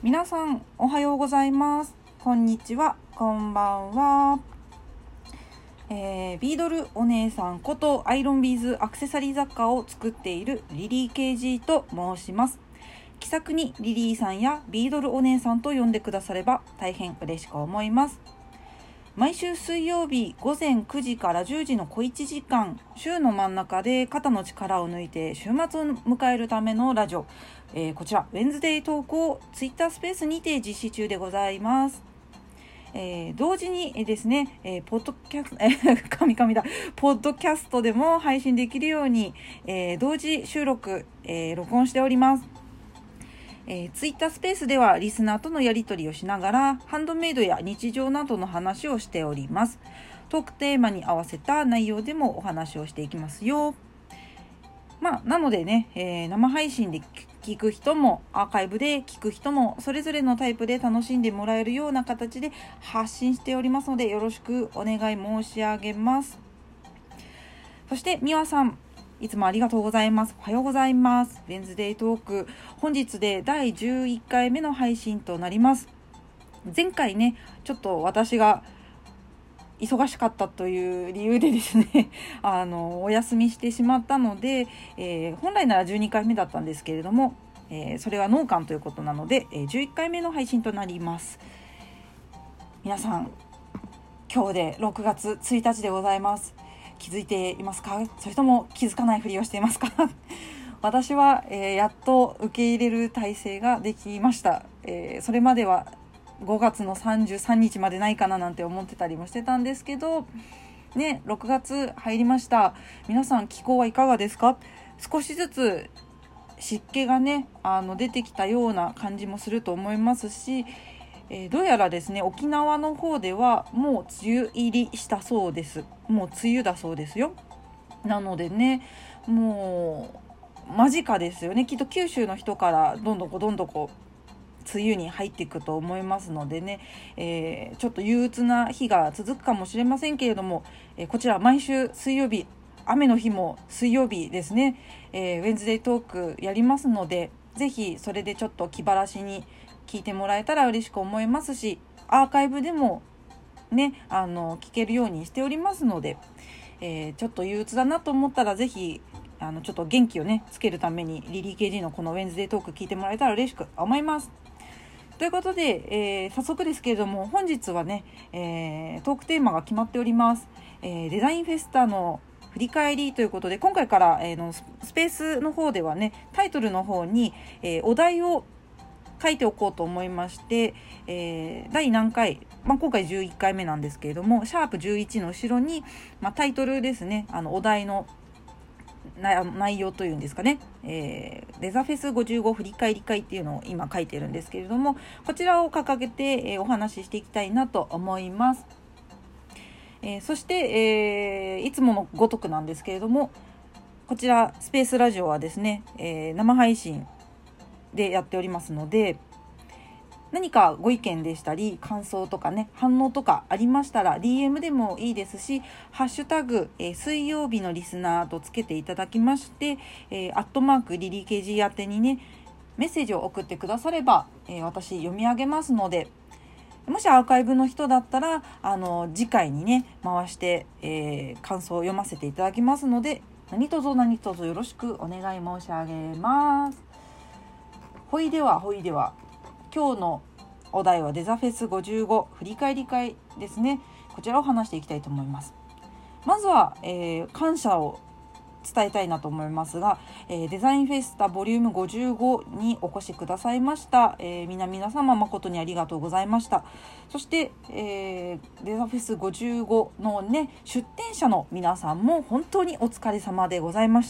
皆さんおはようございます。こんにちは、こんばんは。ビードルお姉さんことアイロンビーズアクセサリー雑貨を作っているリリー KG と申します。気さくにリリーさんやビードルお姉さんと呼んでくだされば大変嬉しく思います。毎週水曜日午前9時から10時の小1時間、週の真ん中で肩の力を抜いて週末を迎えるためのラジオ、こちらウェンズデイトークをツイッタースペースにて実施中でございます。同時にですね、ポッドキャストでも配信できるように、同時収録、録音しております。ツイッタースペースではリスナーとのやり取りをしながらハンドメイドや日常などの話をしております。トークテーマに合わせた内容でもお話をしていきますよ。なのでね、生配信で聞く人もアーカイブで聞く人もそれぞれのタイプで楽しんでもらえるような形で発信しておりますので、よろしくお願い申し上げます。そしてみわさん、いつもありがとうございます。おはようございます。ウェンズデイトーク、本日で第11回目の配信となります。前回ね、ちょっと私が忙しかったという理由でですねお休みしてしまったので、本来なら12回目だったんですけれども、それは農館ということなので、11回目の配信となります。皆さん、今日で6月1日でございます。気づいていますか？それとも気づかないふりをしていますか？私は、やっと受け入れる体制ができました。それまでは5月の33日までないかななんて思ってたりもしてたんですけどね、6月入りました。皆さん気候はいかがですか？少しずつ湿気がね出てきたような感じもすると思いますし、どうやらですね、沖縄の方ではもう梅雨入りしたそうです。もう梅雨だそうですよ。なのでね、もう間近ですよね。きっと九州の人からどんどん梅雨に入っていくと思いますのでね、ちょっと憂鬱な日が続くかもしれませんけれども、こちら毎週水曜日、雨の日も水曜日ですね、ウェンズデイトークやりますので、ぜひそれでちょっと気晴らしに聞いてもらえたら嬉しく思いますし、アーカイブでもね聞けるようにしておりますので、ちょっと憂鬱だなと思ったらぜひちょっと元気をねつけるためにリリー KG のこのウェンズデートーク聞いてもらえたら嬉しく思います。ということで、早速ですけれども、本日はね、トークテーマが決まっております。デザインフェスタの振り返りということで、今回から、スペースの方ではね、タイトルの方に、お題を書いておこうと思いまして、第何回、今回11回目なんですけれども、シャープ11の後ろに、タイトルですね、お題の内容というんですかね、デザフェス55振り返り会っていうのを今書いてるんですけれども、こちらを掲げて、お話ししていきたいなと思います。そして、いつものごとくなんですけれども、こちらスペースラジオはですね、生配信でやっておりますので、何かご意見でしたり感想とかね、反応とかありましたら DM でもいいですし、ハッシュタグ、水曜日のリスナーとつけていただきまして、アットマークリリー KG 宛てにねメッセージを送ってくだされば、私読み上げますので、もしアーカイブの人だったら次回にね回して、感想を読ませていただきますので、何卒よろしくお願い申し上げます。ほいでは今日のお題はデザフェス55振り返り会ですね。こちらを話していきたいと思います。まずは、感謝を伝えたいなと思いますが、デザインフェスタボリューム55にお越しくださいました、皆様誠にありがとうございました。そして、デザフェス55のね出展者の皆さんも本当にお疲れ様でございました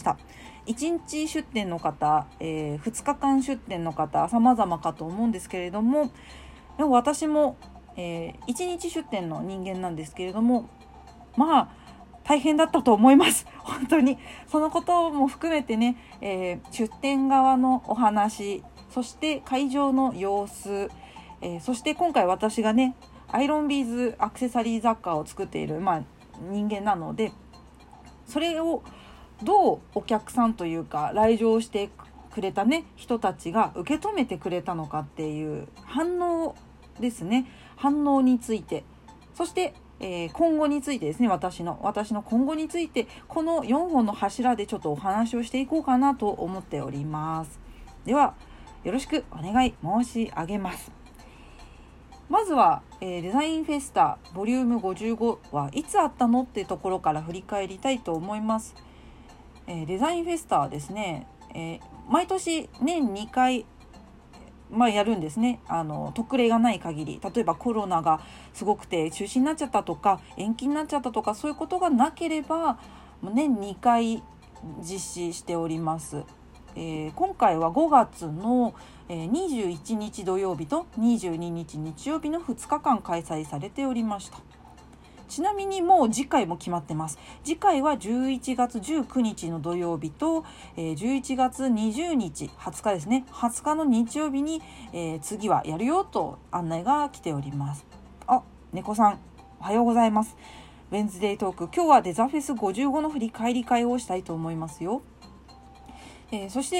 。1日出店の方、2日間出店の方様々かと思うんですけれども、でも私も、1日出店の人間なんですけれども、大変だったと思います本当に。そのことも含めてね、出店側のお話、そして会場の様子、そして今回私がねアイロンビーズアクセサリー雑貨を作っている、人間なので、それをどうお客さんというか来場してくれたね人たちが受け止めてくれたのかっていう反応ですね。反応について、そして今後についてですね、私の今後について、この4本の柱でちょっとお話をしていこうかなと思っております。ではよろしくお願い申し上げます。まずは、デザインフェスタボリューム55はいつあったのっていうところから振り返りたいと思います。デザインフェスタはですね、毎年年2回やるんですね。特例がない限り、例えばコロナがすごくて中止になっちゃったとか延期になっちゃったとか、そういうことがなければ年2回実施しております。今回は5月の21日土曜日と22日日曜日の2日間開催されておりました。ちなみにもう次回も決まってます。次回は11月19日の土曜日と、11月20日20日ですね、20日の日曜日に、次はやるよと案内が来ております。猫さんおはようございます。ウェンズデートーク、今日はデザフェス55の振り返り会をしたいと思いますよ。そして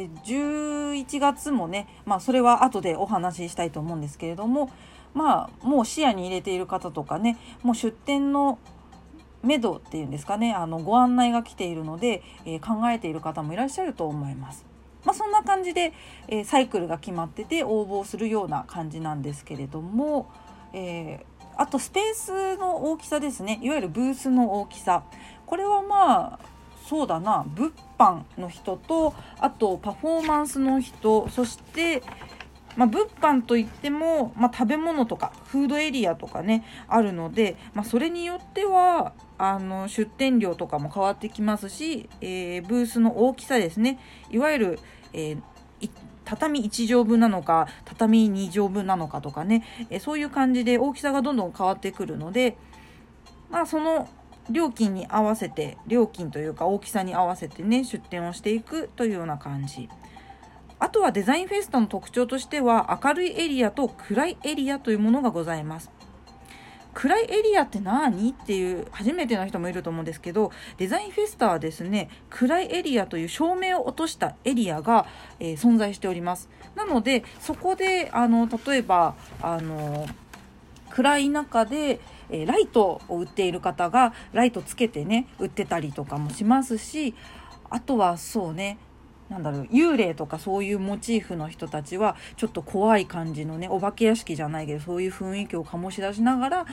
、11月もね、それは後でお話ししたいと思うんですけれども、もう視野に入れている方とかね、もう出店の目処っていうんですかね、ご案内が来ているので、考えている方もいらっしゃると思います。そんな感じで、サイクルが決まってて応募するような感じなんですけれども、あとスペースの大きさですね、いわゆるブースの大きさ、これはそうだな、物販の人と、あとパフォーマンスの人、そして物販といっても、食べ物とかフードエリアとかねあるので、それによっては出店料とかも変わってきますし、ブースの大きさですね、いわゆる、畳1畳分なのか畳2畳分なのかとかね、そういう感じで大きさがどんどん変わってくるので、その料金に合わせて、料金というか大きさに合わせてね出店をしていくというような感じ。あとはデザインフェスタの特徴としては、明るいエリアと暗いエリアというものがございます。暗いエリアって何っていう初めての人もいると思うんですけど、デザインフェスタはですね、暗いエリアという照明を落としたエリアが、存在しております。なのでそこで例えば暗い中でライトを売っている方がライトつけてね売ってたりとかもしますし、あとはそうね、幽霊とかそういうモチーフの人たちはちょっと怖い感じのね、お化け屋敷じゃないけどそういう雰囲気を醸し出しながら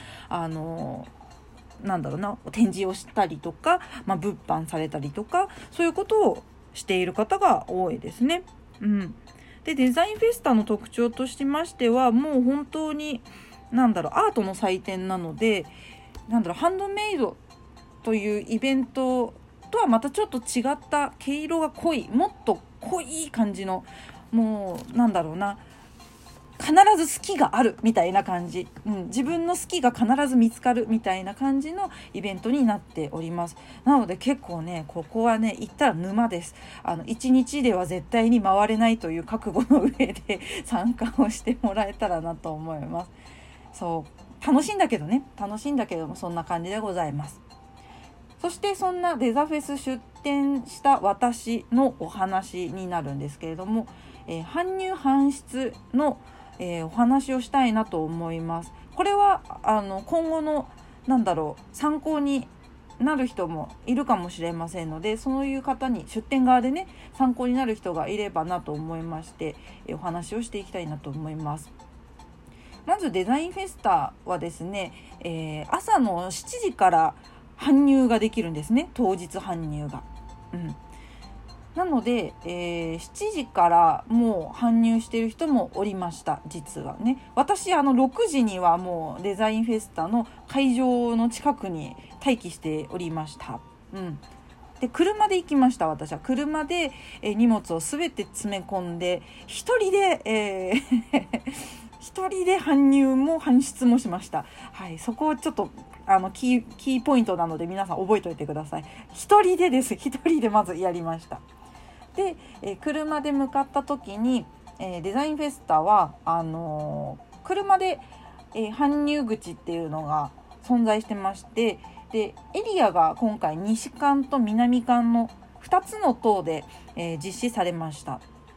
展示をしたりとか、物販されたりとか、そういうことをしている方が多いですね。でデザインフェスタの特徴としましては、もう本当にアートの祭典なので、ハンドメイドというイベントとはまたちょっと違った毛色が濃い、もっと濃い感じの、もう必ず好きがあるみたいな感じ、自分の好きが必ず見つかるみたいな感じのイベントになっております。なので結構ね、ここはね行ったら沼です。1日では絶対に回れないという覚悟の上で参加をしてもらえたらなと思います。そう楽しいんだけどもそんな感じでございます。そしてそんなデザフェス出展した私のお話になるんですけれども、搬入搬出の、お話をしたいなと思います。これは今後の参考になる人もいるかもしれませんので、そういう方に出店側でね参考になる人がいればなと思いまして、お話をしていきたいなと思います。まずデザインフェスタはですね、朝の7時から搬入ができるんですね、当日搬入が。なので、7時からもう搬入している人もおりました。実はね、私6時にはもうデザインフェスタの会場の近くに待機しておりました。で車で行きました。私は車で、荷物をすべて詰め込んで一人で、一人で搬入も搬出もしました。そこをちょっとキーポイントなので皆さん覚えておいてください。一人でまずやりました。で、車で向かった時に、デザインフェスタは車で、搬入口っていうのが存在してまして、でエリアが今回西館と南館の2つの棟で、実施されました。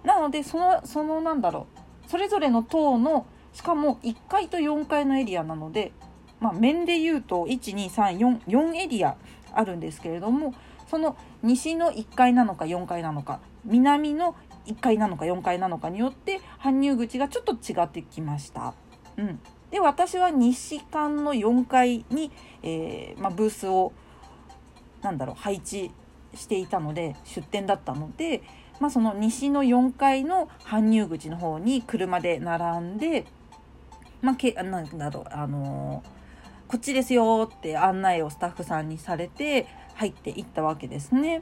なのでそのなんだろう、それぞれの棟のしかも1階と4階のエリアなので、面で言うと 1,2,3,4 エリアあるんですけれども、その西の1階なのか4階なのか、南の1階なのか4階なのかによって搬入口がちょっと違ってきました。で私は西館の4階に、ブースを配置していたので、出店だったので、その西の4階の搬入口の方に車で並んで、こっちですよって案内をスタッフさんにされて入っていったわけですね。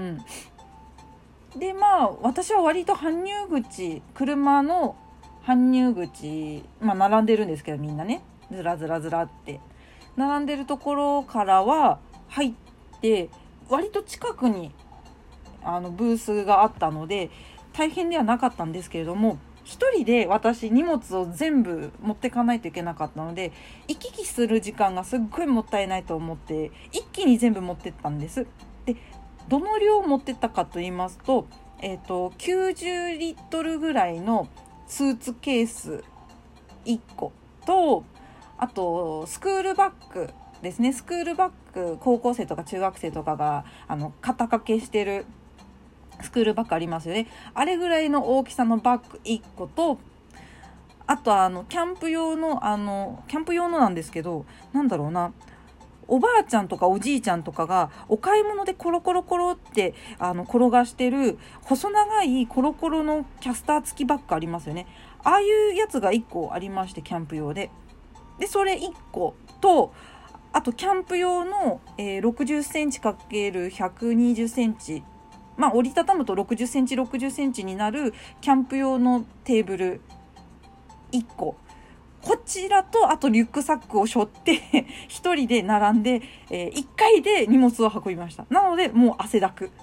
で私は割と搬入口、車の搬入口、並んでるんですけど、みんなねずらずらずらって並んでるところからは入って割と近くにブースがあったので大変ではなかったんですけれども、一人で私荷物を全部持ってかないといけなかったので、行き来する時間がすっごいもったいないと思って一気に全部持ってったんです。でどの量持ってったかと言いますと、90リットルぐらいのスーツケース1個と、あとスクールバッグですね。スクールバッグ、高校生とか中学生とかが肩掛けしてるスクールバッグありますよね。あれぐらいの大きさのバッグ1個と、あとキャンプ用のなんですけど、おばあちゃんとかおじいちゃんとかがお買い物でコロコロコロって転がしてる細長いコロコロのキャスター付きバッグありますよね。ああいうやつが1個ありまして、キャンプ用でそれ1個と、あとキャンプ用の、60センチ ×120 センチ、折りたたむと60センチ60センチになるキャンプ用のテーブル1個、こちらとあとリュックサックを背負って一人で並んで、1回で荷物を運びました。なのでもう汗だく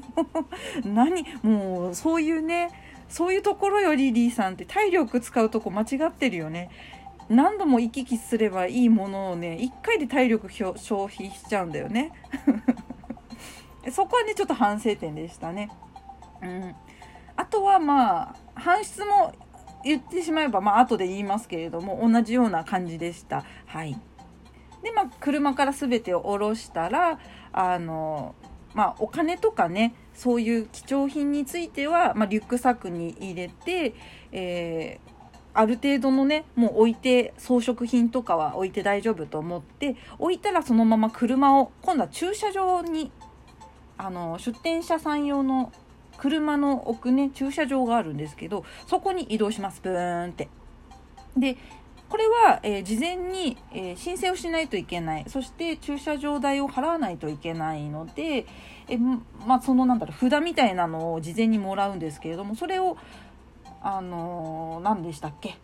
もうそういうところよりリーさんって体力使うとこ間違ってるよね。何度も行き来すればいいものをね、1回で体力消費しちゃうんだよねそこはねちょっと反省点でしたね。あとは搬出も言ってしまえば後で言いますけれども同じような感じでした。で車から全てを下ろしたらお金とかね、そういう貴重品については、リュックサックに入れて、ある程度のねもう置いて、装飾品とかは置いて大丈夫と思って置いたら、そのまま車を今度は駐車場に出店者さん用の車の置くね駐車場があるんですけど、そこに移動します。ブーンって。でこれは、事前に、申請をしないといけない。そして駐車場代を払わないといけないので、その札みたいなのを事前にもらうんですけれども、それを何でしたっけ、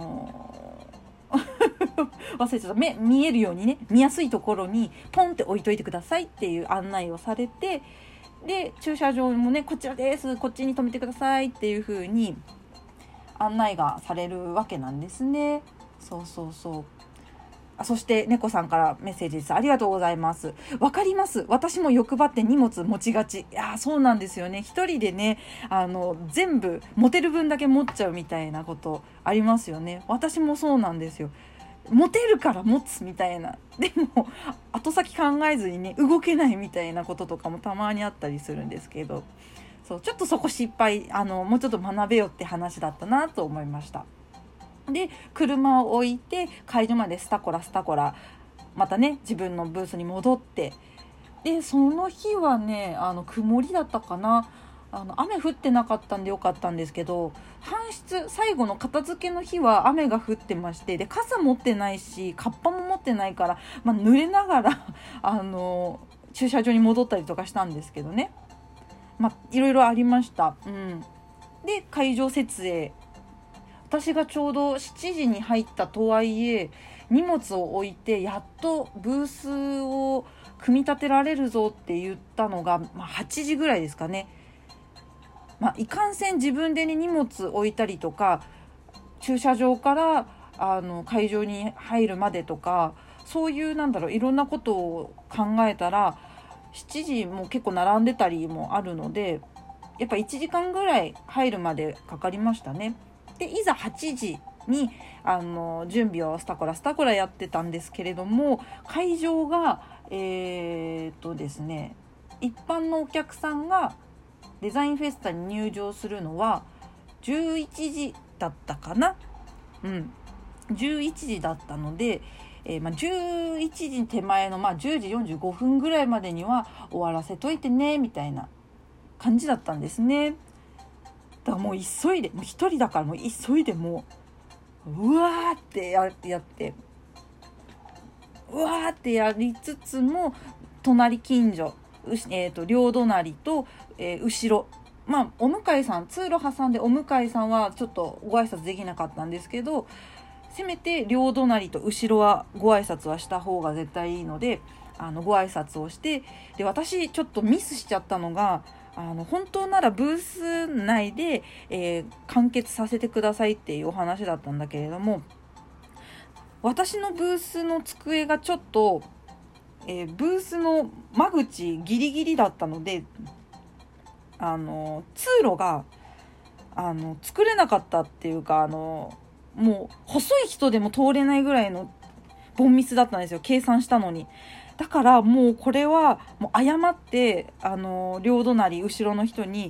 忘れちゃった。見えるようにね、見やすいところにポンって置いといてくださいっていう案内をされて、で駐車場もねこちらです、こっちに止めてくださいっていう風に案内がされるわけなんですね。そして猫さんからメッセージです。ありがとうございます。わかります。私も欲張って荷物持ちがち。そうなんですよね。一人でね全部持てる分だけ持っちゃうみたいなことありますよね。私もそうなんですよ。持てるから持つみたいな、でも後先考えずにね動けないみたいなこととかもたまにあったりするんですけど、ちょっとそこ失敗、もうちょっと学べよって話だったなと思いました。で車を置いて会場までスタコラまたね自分のブースに戻って、でその日はね曇りだったかな、雨降ってなかったんでよかったんですけど、搬出最後の片付けの日は雨が降ってまして、で傘持ってないしカッパも持ってないから、濡れながら駐車場に戻ったりとかしたんですけどね、いろいろありました。で会場設営、私がちょうど7時に入ったとはいえ荷物を置いてやっとブースを組み立てられるぞって言ったのが、8時ぐらいですかね。いかんせん自分でね荷物置いたりとか駐車場から会場に入るまでとか、そういういろんなことを考えたら7時も結構並んでたりもあるので、 やっぱ1時間ぐらい入るまでかかりましたね。でいざ8時に準備をスタコラやってたんですけれども、会場がですね、一般のお客さんがデザインフェスタに入場するのは11時だったかな、11時だったので、11時手前の、10時45分ぐらいまでには終わらせといてねみたいな感じだったんですね。だからもう急いで、もう一人だからもう急いで、もうわーってやってうわーってやりつつも、隣近所、両隣と、後ろ、お向かいさん、通路挟んでお向かいさんはちょっとご挨拶できなかったんですけど、せめて両隣と後ろはご挨拶はした方が絶対いいので、ご挨拶をして、で私ちょっとミスしちゃったのが、本当ならブース内で、完結させてくださいっていうお話だったんだけれども、私のブースの机がちょっと、ブースの間口ギリギリだったので、通路が作れなかったっていうか、もう細い人でも通れないぐらいのボンミスだったんですよ、計算したのに。だからもうこれはもう誤って両隣後ろの人に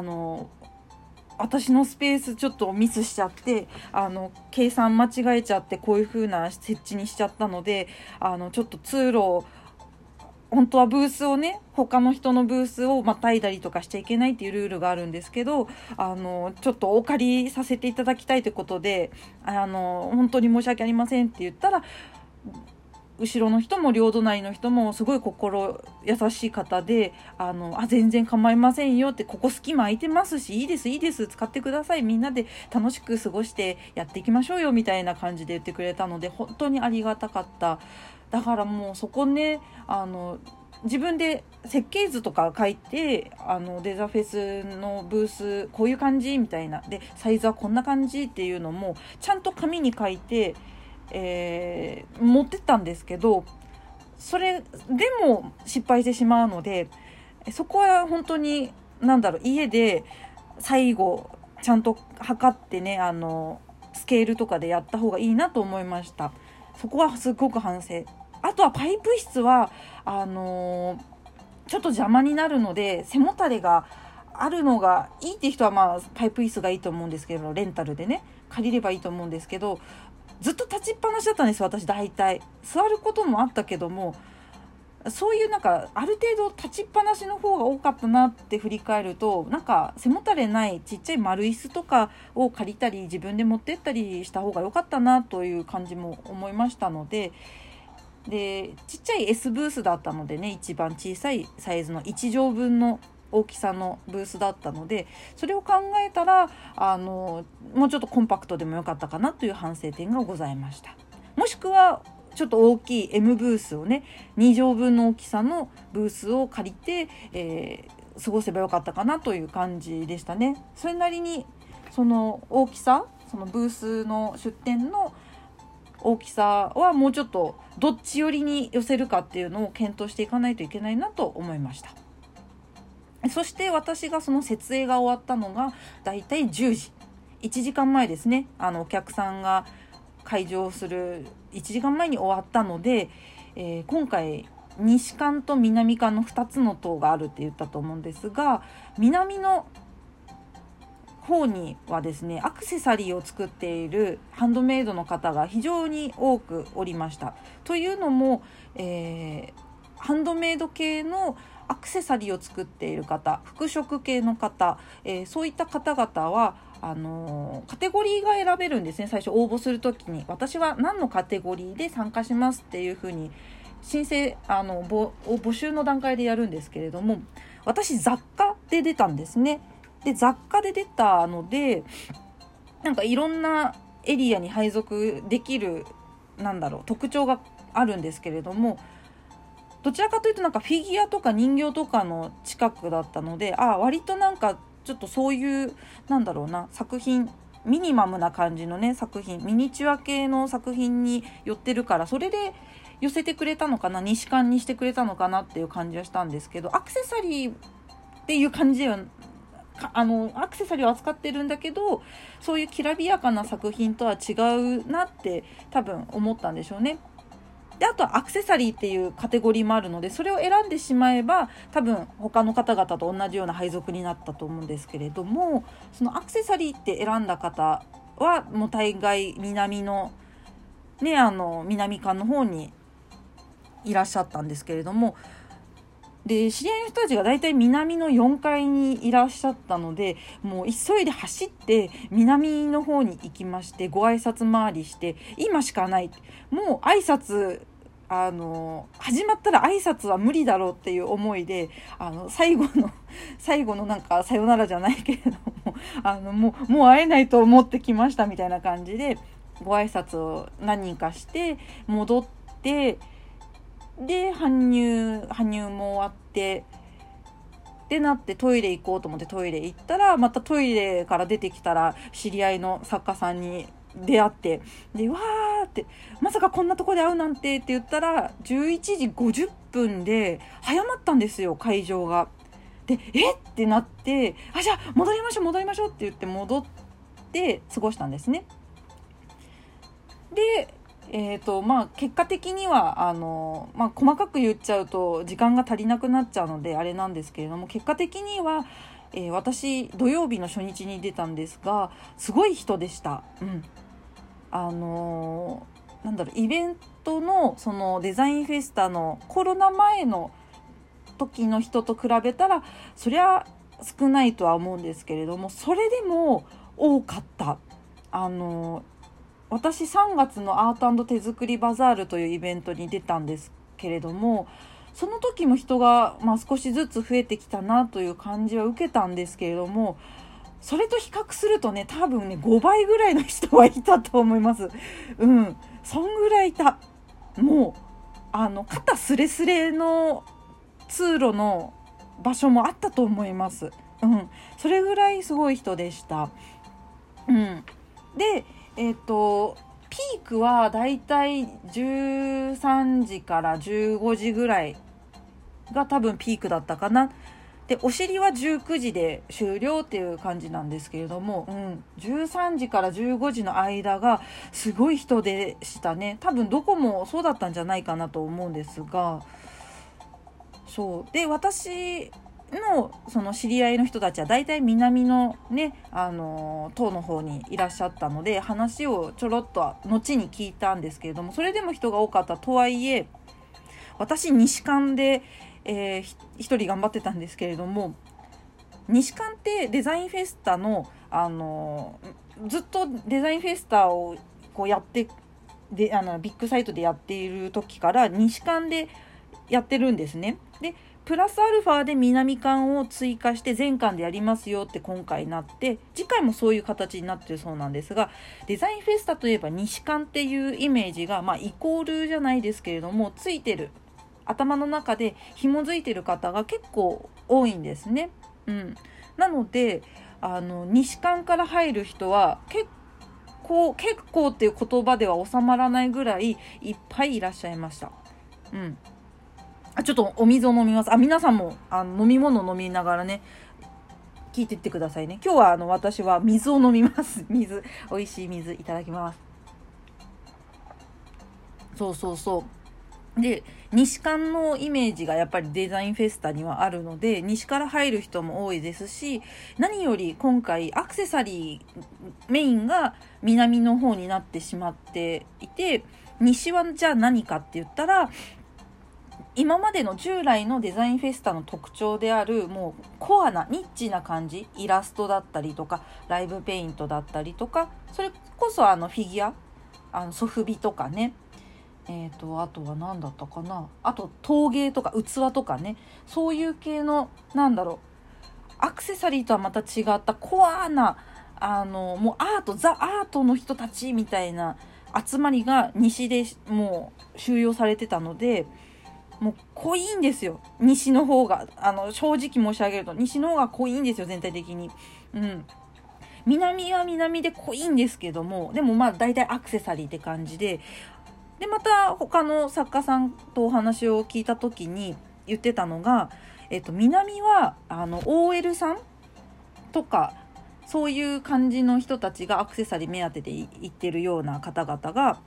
私のスペースちょっとミスしちゃって、計算間違えちゃって、こういう風な設置にしちゃったので、ちょっと通路を、本当はブースをね、他の人のブースをまたいだりとかしちゃいけないっていうルールがあるんですけど、ちょっとお借りさせていただきたいということで、本当に申し訳ありませんって言ったら、後ろの人も両隣の人もすごい心優しい方で、全然構いませんよって、ここ隙間空いてますし、いいです使ってください、みんなで楽しく過ごしてやっていきましょうよみたいな感じで言ってくれたので、本当にありがたかった。だからもうそこね、自分で設計図とか書いて、デザフェスのブースこういう感じみたいなで、サイズはこんな感じっていうのもちゃんと紙に書いて、持ってったんですけど、それでも失敗してしまうので、そこは本当に家で最後ちゃんと測ってね、スケールとかでやった方がいいなと思いました。そこはすごく反省。あとはパイプ室はちょっと邪魔になるので、背もたれがあるのがいいっていう人はパイプ椅子がいいと思うんですけど、レンタルでね借りればいいと思うんですけど、ずっと立ちっぱなしだったんです私。大体座ることもあったけども、そういうある程度立ちっぱなしの方が多かったなって振り返ると、背もたれないちっちゃい丸椅子とかを借りたり自分で持ってったりした方が良かったなという感じも思いましたので、ちっちゃい S ブースだったのでね、一番小さいサイズの1畳分の大きさのブースだったので、それを考えたらもうちょっとコンパクトでもよかったかなという反省点がございました。もしくはちょっと大きい M ブースをね、2畳分の大きさのブースを借りて、過ごせばよかったかなという感じでしたね。それなりにその大きさ、そのブースの出店の大きさはもうちょっとどっち寄りに寄せるかっていうのを検討していかないといけないなと思いました。そして私がその設営が終わったのがだいたい10時、1時間前ですね。お客さんが会場する1時間前に終わったので、今回西館と南館の2つの塔があるって言ったと思うんですが、南の方にはですね、アクセサリーを作っているハンドメイドの方が非常に多くおりました。というのも、ハンドメイド系のアクセサリーを作っている方、服飾系の方、そういった方々はカテゴリーが選べるんですね。最初応募するときに、私は何のカテゴリーで参加しますっていうふうに申請募集の段階でやるんですけれども、私雑貨で出たんですね。で雑貨で出たので、いろんなエリアに配属できる特徴があるんですけれども、どちらかというとフィギュアとか人形とかの近くだったので、割とちょっとそういう作品、ミニマムな感じのね作品、ミニチュア系の作品に寄ってるから、それで寄せてくれたのかな、西館にしてくれたのかなっていう感じはしたんですけど、アクセサリーっていう感じではアクセサリーを扱ってるんだけど、そういうきらびやかな作品とは違うなって多分思ったんでしょうね。であとはアクセサリーっていうカテゴリーもあるので、それを選んでしまえば多分他の方々と同じような配属になったと思うんですけれども、そのアクセサリーって選んだ方はもう大概南のね、南館の方にいらっしゃったんですけれども、で知り合いの人たちが大体南の4階にいらっしゃったので、もう急いで走って南の方に行きまして、ご挨拶回りして、今しかない、もう挨拶始まったら挨拶は無理だろうっていう思いで、最後のなんかさよならじゃないけれども、もう会えないと思ってきましたみたいな感じでご挨拶を何人かして戻って、で搬入も終わってってなって、トイレ行こうと思ってトイレ行ったら、またトイレから出てきたら知り合いの作家さんに出会って、でわーって、まさかこんなとこで会うなんてって言ったら11時50分で早まったんですよ、会場が。でってなって、じゃあ戻りましょうって言って戻って過ごしたんですね。で結果的には細かく言っちゃうと時間が足りなくなっちゃうのであれなんですけれども、結果的には、私土曜日の初日に出たんですが、すごい人でした。イベントのそのデザインフェスタのコロナ前の時の人と比べたらそりゃ少ないとは思うんですけれども、それでも多かった。私3月のアート&手作りバザールというイベントに出たんですけれども、その時も人が、少しずつ増えてきたなという感じは受けたんですけれども、それと比較するとね、多分ね5倍ぐらいの人はいたと思います。そんぐらいいた。もう肩スレスレの通路の場所もあったと思います。それぐらいすごい人でした。でピークはだいたい13時から15時ぐらいが多分ピークだったかな。でお尻は19時で終了っていう感じなんですけれども、13時から15時の間がすごい人でしたね。多分どこもそうだったんじゃないかなと思うんですが、そうで、私のその知り合いの人たちはだいたい南のね塔の方にいらっしゃったので、話をちょろっと後に聞いたんですけれども、それでも人が多かったとはいえ、私西館で、一人頑張ってたんですけれども、西館ってデザインフェスタの、ずっとデザインフェスタをこうやってでビッグサイトでやっている時から西館でやってるんですね。でプラスアルファで南館を追加して全館でやりますよって今回なって、次回もそういう形になってるそうなんですが、デザインフェスタといえば西館っていうイメージが、イコールじゃないですけれどもついてる、頭の中で紐づいてる方が結構多いんですね。なので西館から入る人は結構っていう言葉では収まらないぐらいいっぱいいらっしゃいました。ちょっとお水を飲みます。皆さんも飲み物飲みながらね聞いてってくださいね。今日は私は水を飲みます。美味しい水いただきます。そうで、西館のイメージがやっぱりデザインフェスタにはあるので、西から入る人も多いですし、何より今回アクセサリーメインが南の方になってしまっていて、西はじゃあ何かって言ったら、今までの従来のデザインフェスタの特徴であるもうコアなニッチな感じ、イラストだったりとかライブペイントだったりとか、それこそフィギュアソフビとかね、あとは何だったかな、あと陶芸とか器とかね、そういう系のアクセサリーとはまた違ったコアなもうザ・アートの人たちみたいな集まりが西でもう収容されてたので、もう濃いんですよ、西の方が。正直申し上げると西の方が濃いんですよ、全体的に。南は南で濃いんですけども、でも大体アクセサリーって感じで、また他の作家さんとお話を聞いた時に言ってたのが、南はOL さんとかそういう感じの人たちがアクセサリー目当てで行ってるような方々が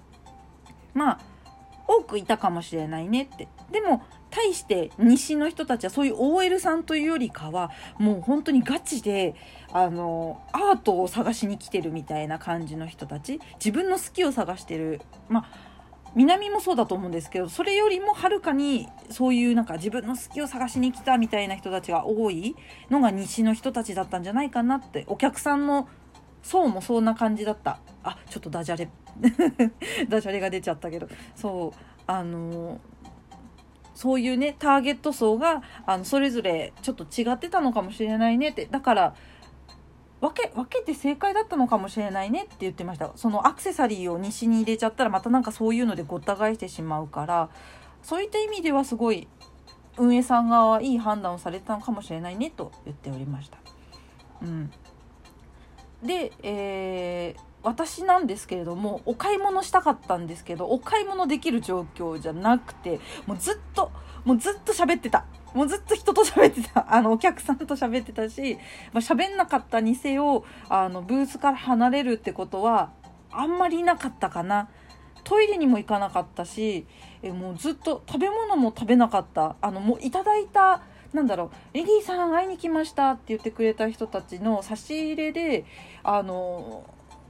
多くいたかもしれないねって。でも対して西の人たちはそういう OL さんというよりかはもう本当にガチでアートを探しに来てるみたいな感じの人たち、自分の好きを探してる、南もそうだと思うんですけど、それよりもはるかにそういうなんか自分の好きを探しに来たみたいな人たちが多いのが西の人たちだったんじゃないかなって。お客さんの層もそんな感じだった。ちょっとダジャレダジャレが出ちゃったけど、そういうねターゲット層がそれぞれちょっと違ってたのかもしれないねって。だから分けて正解だったのかもしれないねって言ってました。そのアクセサリーを西に入れちゃったらまたなんかそういうのでごった返してしまうから、そういった意味ではすごい運営さん側はいい判断をされたのかもしれないねと言っておりました。で、私なんですけれどもお買い物したかったんですけど、お買い物できる状況じゃなくて、もうずっと喋ってた。もうずっと人と喋ってた。お客さんと喋ってたし、喋んなかったにせよブースから離れるってことはあんまりなかったかな。トイレにも行かなかったし、もうずっと食べ物も食べなかった。もういただいたリリーさん会いに来ましたって言ってくれた人たちの差し入れで食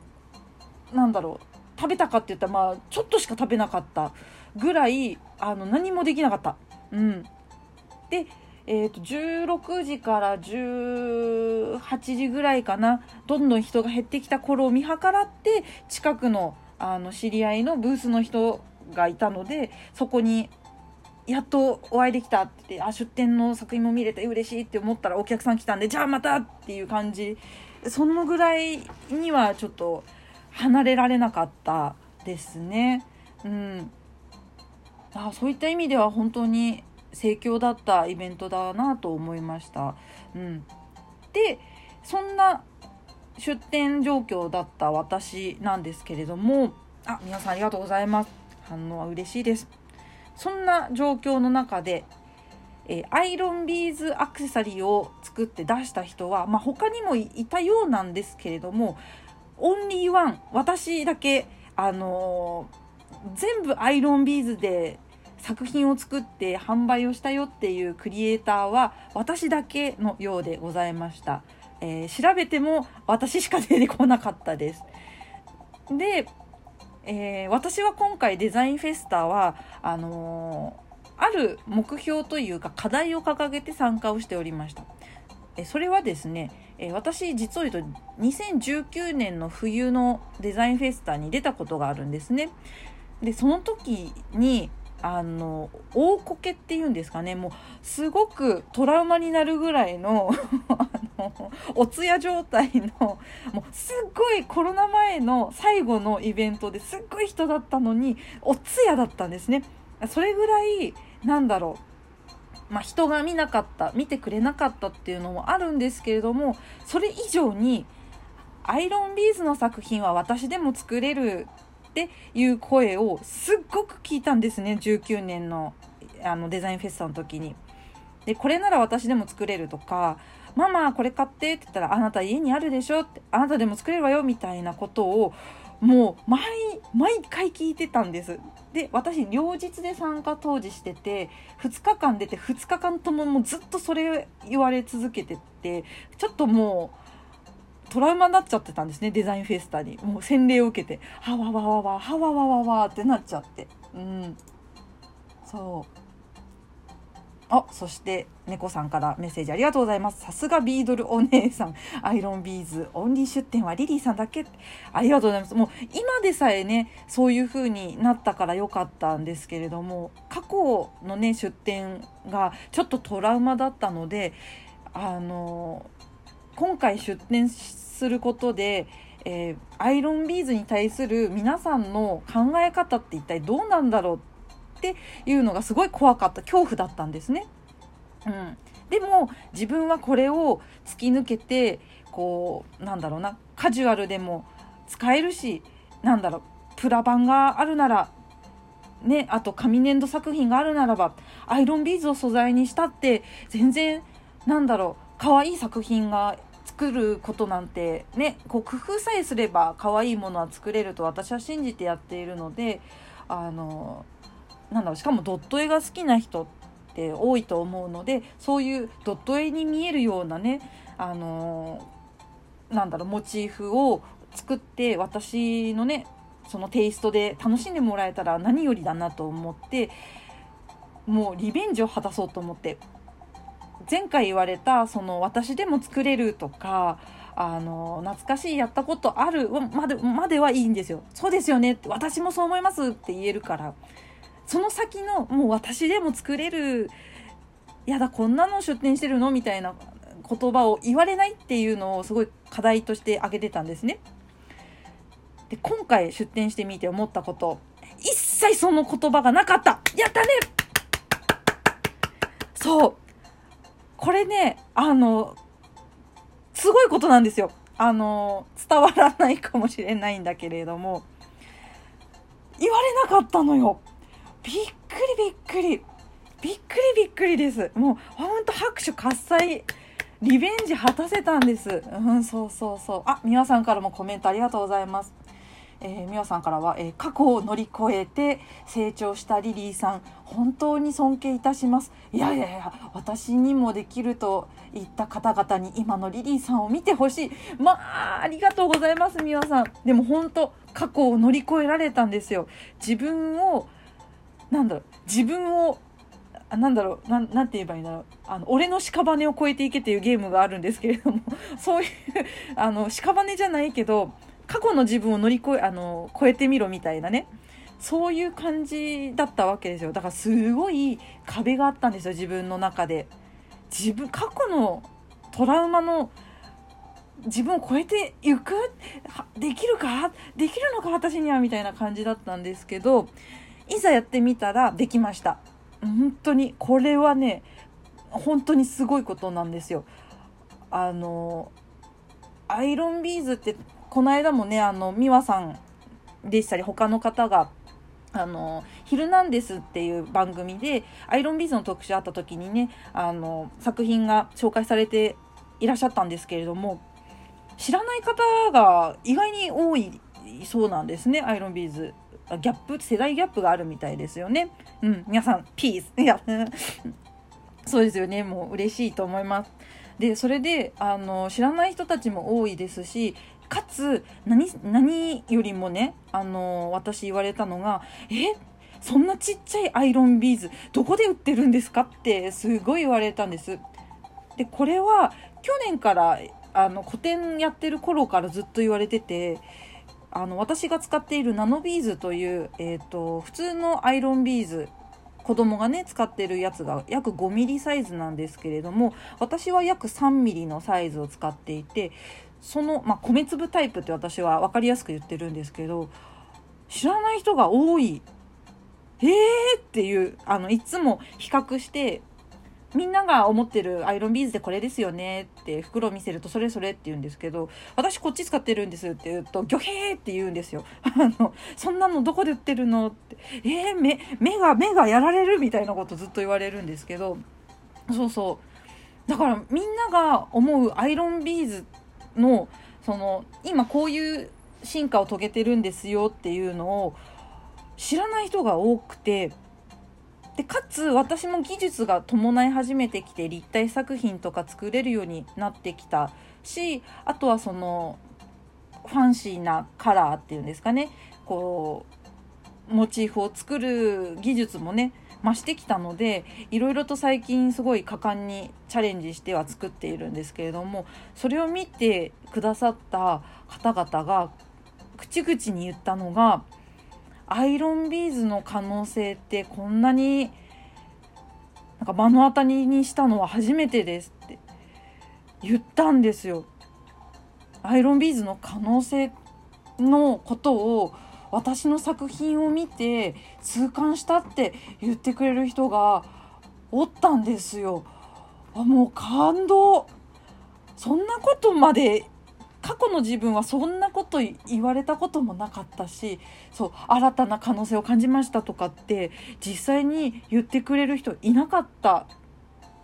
べたかって言ったらちょっとしか食べなかったぐらい何もできなかった。で、16時から18時ぐらいかな、どんどん人が減ってきた頃を見計らって近くの知り合いのブースの人がいたので、そこにやっとお会いできたって言って、出展の作品も見れて嬉しいって思ったらお客さん来たんで、じゃあまたっていう感じ。そのぐらいにはちょっと離れられなかったですね。そういった意味では本当に盛況だったイベントだなと思いました。でそんな出展状況だった私なんですけれども、皆さんありがとうございます。反応は嬉しいです。そんな状況の中で、アイロンビーズアクセサリーを作って出した人は、他にもいたようなんですけれども、オンリーワン、私だけ、全部アイロンビーズで作品を作って販売をしたよっていうクリエイターは私だけのようでございました。調べても私しか出てこなかったです。で私は今回デザインフェスタはある目標というか課題を掲げて参加をしておりました。それはですね、私実を言うと2019年の冬のデザインフェスタに出たことがあるんですね。でその時に大こけっていうんですかね、もうすごくトラウマになるぐらいのお通夜状態の、もうすっごいコロナ前の最後のイベントですっごい人だったのにお通夜だったんですね。それぐらい人が見てくれなかったっていうのもあるんですけれども、それ以上にアイロンビーズの作品は私でも作れるっていう声をすっごく聞いたんですね。19年のデザインフェスタの時に。でこれなら私でも作れるとか、ママこれ買ってって言ったら、あなた家にあるでしょって、あなたでも作れるわよみたいなことをもう毎回聞いてたんです。で私両日で参加当時してて、2日間出て2日間とももうずっとそれ言われ続けてって、ちょっともうトラウマになっちゃってたんですね。デザインフェスタにもう洗礼を受けて、はわわわわはわわわわってなっちゃって、そして猫さんからメッセージありがとうございます。さすがビードルお姉さん、アイロンビーズオンリー出店はリリーさんだけ。ありがとうございます。もう今でさえねそういう風になったから良かったんですけれども、過去のね出店がちょっとトラウマだったので、今回出店することで、アイロンビーズに対する皆さんの考え方って一体どうなんだろうっていうのがすごい怖かった、恐怖だったんですね。でも自分はこれを突き抜けてカジュアルでも使えるし、プラ板があるならね、あと紙粘土作品があるならばアイロンビーズを素材にしたって全然可愛い作品が作ることなんてね、こう工夫さえすれば可愛いものは作れると私は信じてやっているので、しかもドット絵が好きな人って多いと思うので、そういうドット絵に見えるようなね、モチーフを作って私のねそのテイストで楽しんでもらえたら何よりだなと思って、もうリベンジを果たそうと思って、前回言われたその私でも作れるとか懐かしいやったことあるまではいいんですよ。そうですよねって、私もそう思いますって言えるから、その先のもう私でも作れる、やだこんなの出展してるのみたいな言葉を言われないっていうのをすごい課題として挙げてたんですね。で今回出展してみて思ったこと、一切その言葉がなかった。やったね。そうこれねすごいことなんですよ。伝わらないかもしれないんだけれども、言われなかったのよ。びっくりです。もうほんと拍手喝采、リベンジ果たせたんです。そう美和さんからもコメントありがとうございます。美和さんからは、過去を乗り越えて成長したリリーさん本当に尊敬いたします。いや私にもできるといった方々に今のリリーさんを見てほしい。ありがとうございます美和さん。でも本当過去を乗り越えられたんですよ。自分をなんて言えばいいんだろう、俺の屍を越えていけっていうゲームがあるんですけれども、そういう屍じゃないけど過去の自分を超えてみろみたいなね、そういう感じだったわけですよ。だからすごい壁があったんですよ、自分の中で。過去のトラウマの自分を超えていく、できるのか私にはみたいな感じだったんですけど、いざやってみたらできました。本当にこれはね本当にすごいことなんですよ。アイロンビーズってこの間もね美和さんでしたり他の方がヒルナンデスっていう番組でアイロンビーズの特集あった時にね作品が紹介されていらっしゃったんですけれども、知らない方が意外に多いそうなんですね。アイロンビーズ世代ギャップがあるみたいですよね。皆さんピースそうですよね。もう嬉しいと思います。でそれで知らない人たちも多いですし、かつ何よりもね私言われたのがそんなちっちゃいアイロンビーズどこで売ってるんですかってすごい言われたんです。でこれは去年から個展やってる頃からずっと言われてて、私が使っているナノビーズという、普通のアイロンビーズ、子供がね使ってるやつが約5ミリサイズなんですけれども、私は約3ミリのサイズを使っていて、その、米粒タイプって私は分かりやすく言ってるんですけど、知らない人が多い。っていういつも比較してみんなが思ってるアイロンビーズでこれですよねって袋を見せるとそれって言うんですけど、私こっち使ってるんですって言うとギョヘーって言うんですよ。そんなのどこで売ってるのって、目がやられるみたいなことずっと言われるんですけど、だからみんなが思うアイロンビーズの今こういう進化を遂げてるんですよっていうのを知らない人が多くて、でかつ私も技術が伴い始めてきて立体作品とか作れるようになってきたし、あとはファンシーなカラーっていうんですかね、こうモチーフを作る技術もね増してきたので、いろいろと最近すごい果敢にチャレンジしては作っているんですけれども、それを見てくださった方々が口々に言ったのが、アイロンビーズの可能性ってこんなに目の当たりにしたのは初めてですって言ったんですよ。アイロンビーズの可能性のことを私の作品を見て痛感したって言ってくれる人がおったんですよ。もう感動。そんなことまで過去の自分はそんなこと言われたこともなかったし、新たな可能性を感じましたとかって実際に言ってくれる人いなかった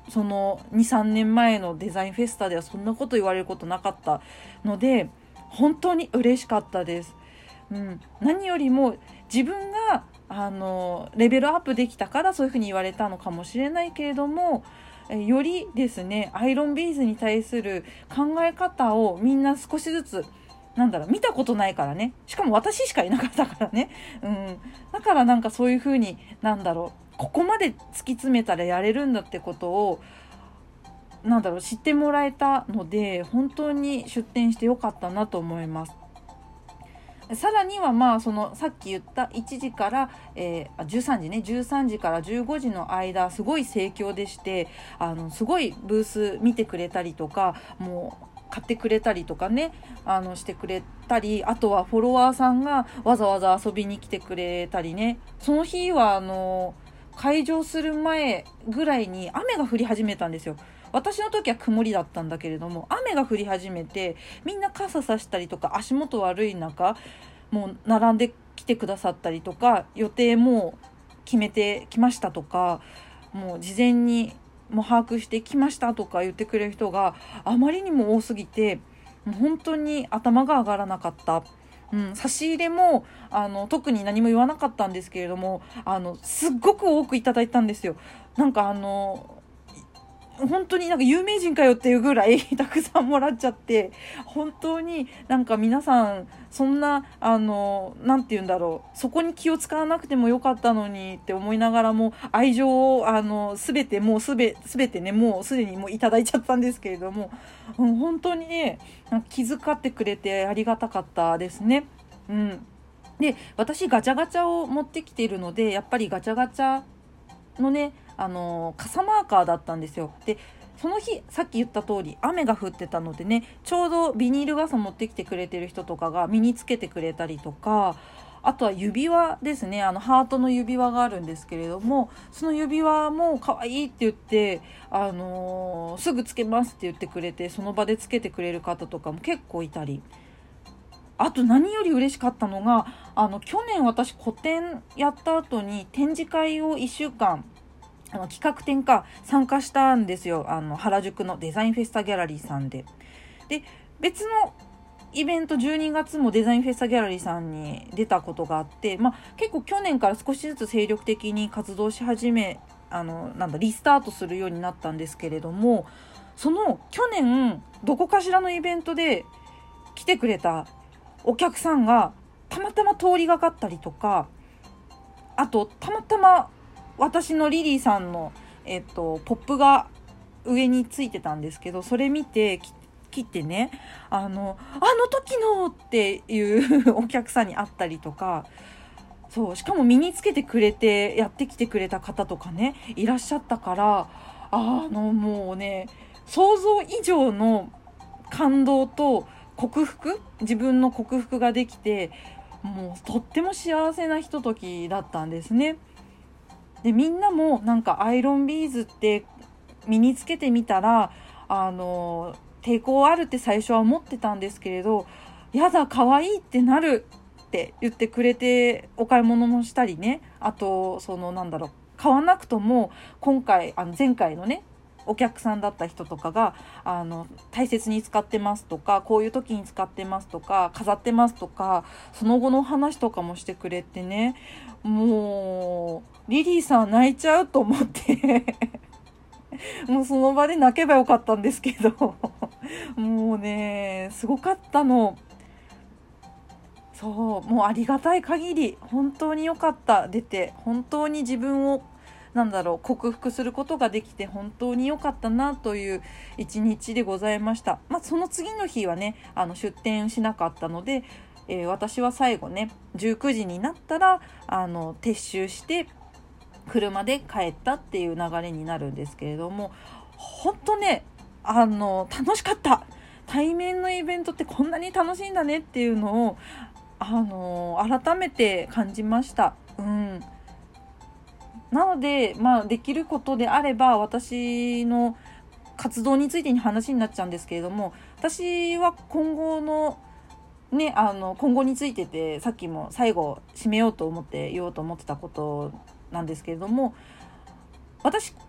その 2,3 年前のデザインフェスタではそんなこと言われることなかったので、本当に嬉しかったです。何よりも自分がレベルアップできたからそういうふうに言われたのかもしれないけれども、よりですねアイロンビーズに対する考え方をみんな少しずつ見たことないからね、しかも私しかいなかったからね、だからなんかそういうふうにここまで突き詰めたらやれるんだってことを知ってもらえたので、本当に出展してよかったなと思います。さらにはそのさっき言った1時から、13時から15時の間すごい盛況でして、すごいブース見てくれたりとか、もう買ってくれたりとかね、してくれたり、あとはフォロワーさんがわざわざ遊びに来てくれたりね。その日は開場する前ぐらいに雨が降り始めたんですよ。私の時は曇りだったんだけれども、雨が降り始めて、みんな傘さしたりとか足元悪い中もう並んできてくださったりとか、予定も決めてきましたとか、もう事前にもう把握してきましたとか言ってくれる人があまりにも多すぎて、もう本当に頭が上がらなかった。差し入れも特に何も言わなかったんですけれども、すっごく多くいただいたんですよ。本当に有名人かよっていうぐらいたくさんもらっちゃって、本当に皆さんそんななんて言うんだろう、そこに気を使わなくてもよかったのにって思いながらも、愛情を全てねもうすでにもういただいちゃったんですけれども、本当にね気遣ってくれてありがたかったですね。で、私ガチャガチャを持ってきているので、やっぱりガチャガチャのね傘マーカーだったんですよ。でその日さっき言った通り雨が降ってたのでね、ちょうどビニール傘持ってきてくれてる人とかが身につけてくれたりとか、あとは指輪ですね、ハートの指輪があるんですけれども、その指輪も可愛いって言って、すぐつけますって言ってくれて、その場でつけてくれる方とかも結構いたり、あと何より嬉しかったのが去年私個展やった後に展示会を1週間企画展参加したんですよ。原宿のデザインフェスタギャラリーさんで。で別のイベント12月もデザインフェスタギャラリーさんに出たことがあって、結構去年から少しずつ精力的に活動し始めリスタートするようになったんですけれども、その去年どこかしらのイベントで来てくれたお客さんがたまたま通りがかったりとか、あとたまたま私のリリーさんの、ポップが上についてたんですけど、それ見て切ってね、あの時のっていうお客さんに会ったりとか、そうしかも身につけてくれてやってきてくれた方とかねいらっしゃったから、もうね想像以上の感動と自分の克服ができて、もうとっても幸せなひとときだったんですね。でみんなもアイロンビーズって身につけてみたら抵抗あるって最初は思ってたんですけれど、やだ可愛いってなるって言ってくれて、お買い物もしたりね、あと買わなくとも前回のねお客さんだった人とかが大切に使ってますとか、こういう時に使ってますとか、飾ってますとか、その後の話とかもしてくれてね、もうリリーさん泣いちゃうと思ってもうその場で泣けばよかったんですけどもうねすごかったの。そうもうありがたい限り本当に良かった。出て本当に自分を克服することができて本当に良かったなという一日でございました。その次の日はね出店しなかったので、私は最後ね19時になったら撤収して車で帰ったっていう流れになるんですけれども、本当ね楽しかった。対面のイベントってこんなに楽しいんだねっていうのを改めて感じました。なのでできることであれば、私の活動についてに話になっちゃうんですけれども、私は今後のね今後についてて、さっきも最後締めようと思って言おうと思ってたことなんですけれども、私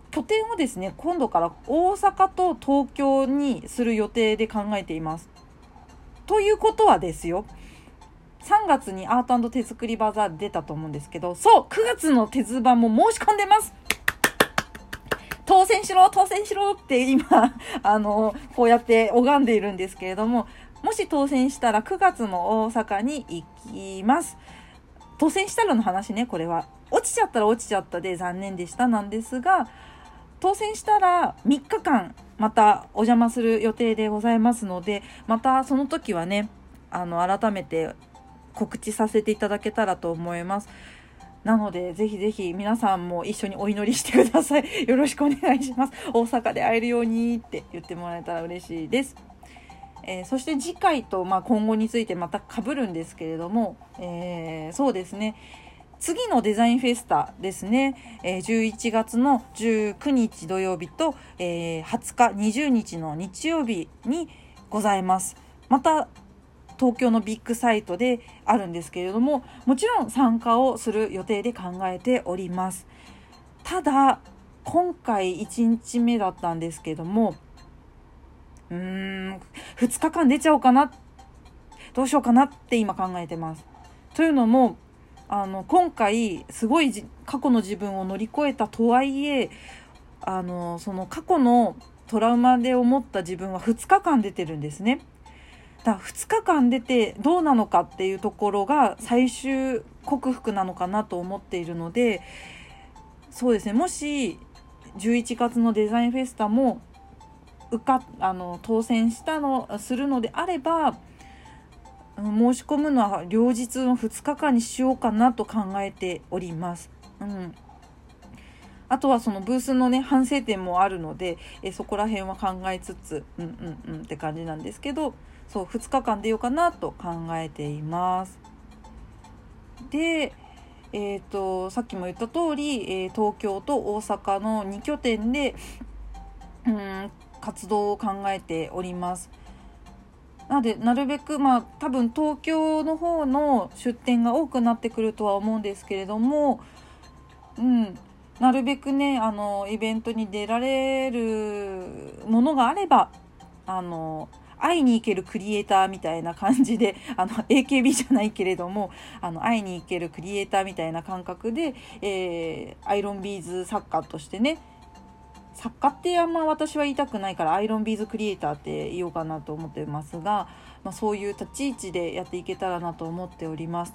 拠点をですね、今度から大阪と東京にする予定で考えています。ということはですよ、3月にアート&手作りバザー出たと思うんですけど、そう、9月の手図版も申し込んでます。当選しろって今こうやって拝んでいるんですけれども、もし当選したら9月も大阪に行きます。当選したらの話ね、これは落ちちゃったら落ちちゃったで残念でしたなんですが、当選したら3日間またお邪魔する予定でございますので、またその時はね、改めて告知させていただけたらと思います。なのでぜひぜひ皆さんも一緒にお祈りしてください。よろしくお願いします。大阪で会えるようにって言ってもらえたら嬉しいです。そして次回と、今後についてまた被るんですけれども、そうですね、次のデザインフェスタですね、11月の19日土曜日と、20日20日の日曜日にございます。また東京のビッグサイトであるんですけれども、もちろん参加をする予定で考えております。ただ今回1日目だったんですけども、2日間出ちゃおうかな、どうしようかなって今考えてます。というのも今回すごい過去の自分を乗り越えたとはいえ、その過去のトラウマで思った自分は2日間出てるんですね。だから2日間出てどうなのかっていうところが最終克服なのかなと思っているので、そうですね、もし11月のデザインフェスタも当選するのであれば、申し込むのは両日の2日間にしようかなと考えております。あとはそのブースのね反省点もあるので、そこら辺は考えつつって感じなんですけど、そう2日間出ようかなと考えています。で、さっきも言った通り、東京と大阪の2拠点で活動を考えております。なのでなるべく多分東京の方の出店が多くなってくるとは思うんですけれども、なるべくねイベントに出られるものがあれば会いに行けるクリエイターみたいな感じでAKB じゃないけれども会いに行けるクリエイターみたいな感覚で、アイロンビーズ作家としてね、作家って私は言いたくないからアイロンビーズクリエイターって言おうかなと思ってますが、そういう立ち位置でやっていけたらなと思っております。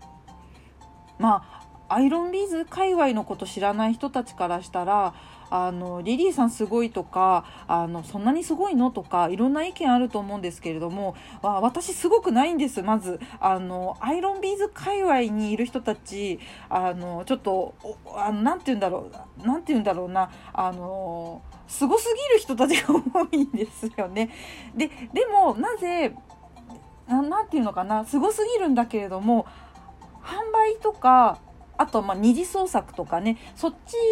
アイロンビーズ界隈のこと知らない人たちからしたらリリーさんすごいとかそんなにすごいのとかいろんな意見あると思うんですけれども、私すごくないんです。まずアイロンビーズ界隈にいる人たちちょっとなんて言うんだろうなすごすぎる人たちが多いんですよね。でもなぜなんていうのかな、すごすぎるんだけれども販売とかあと二次創作とかね、そっち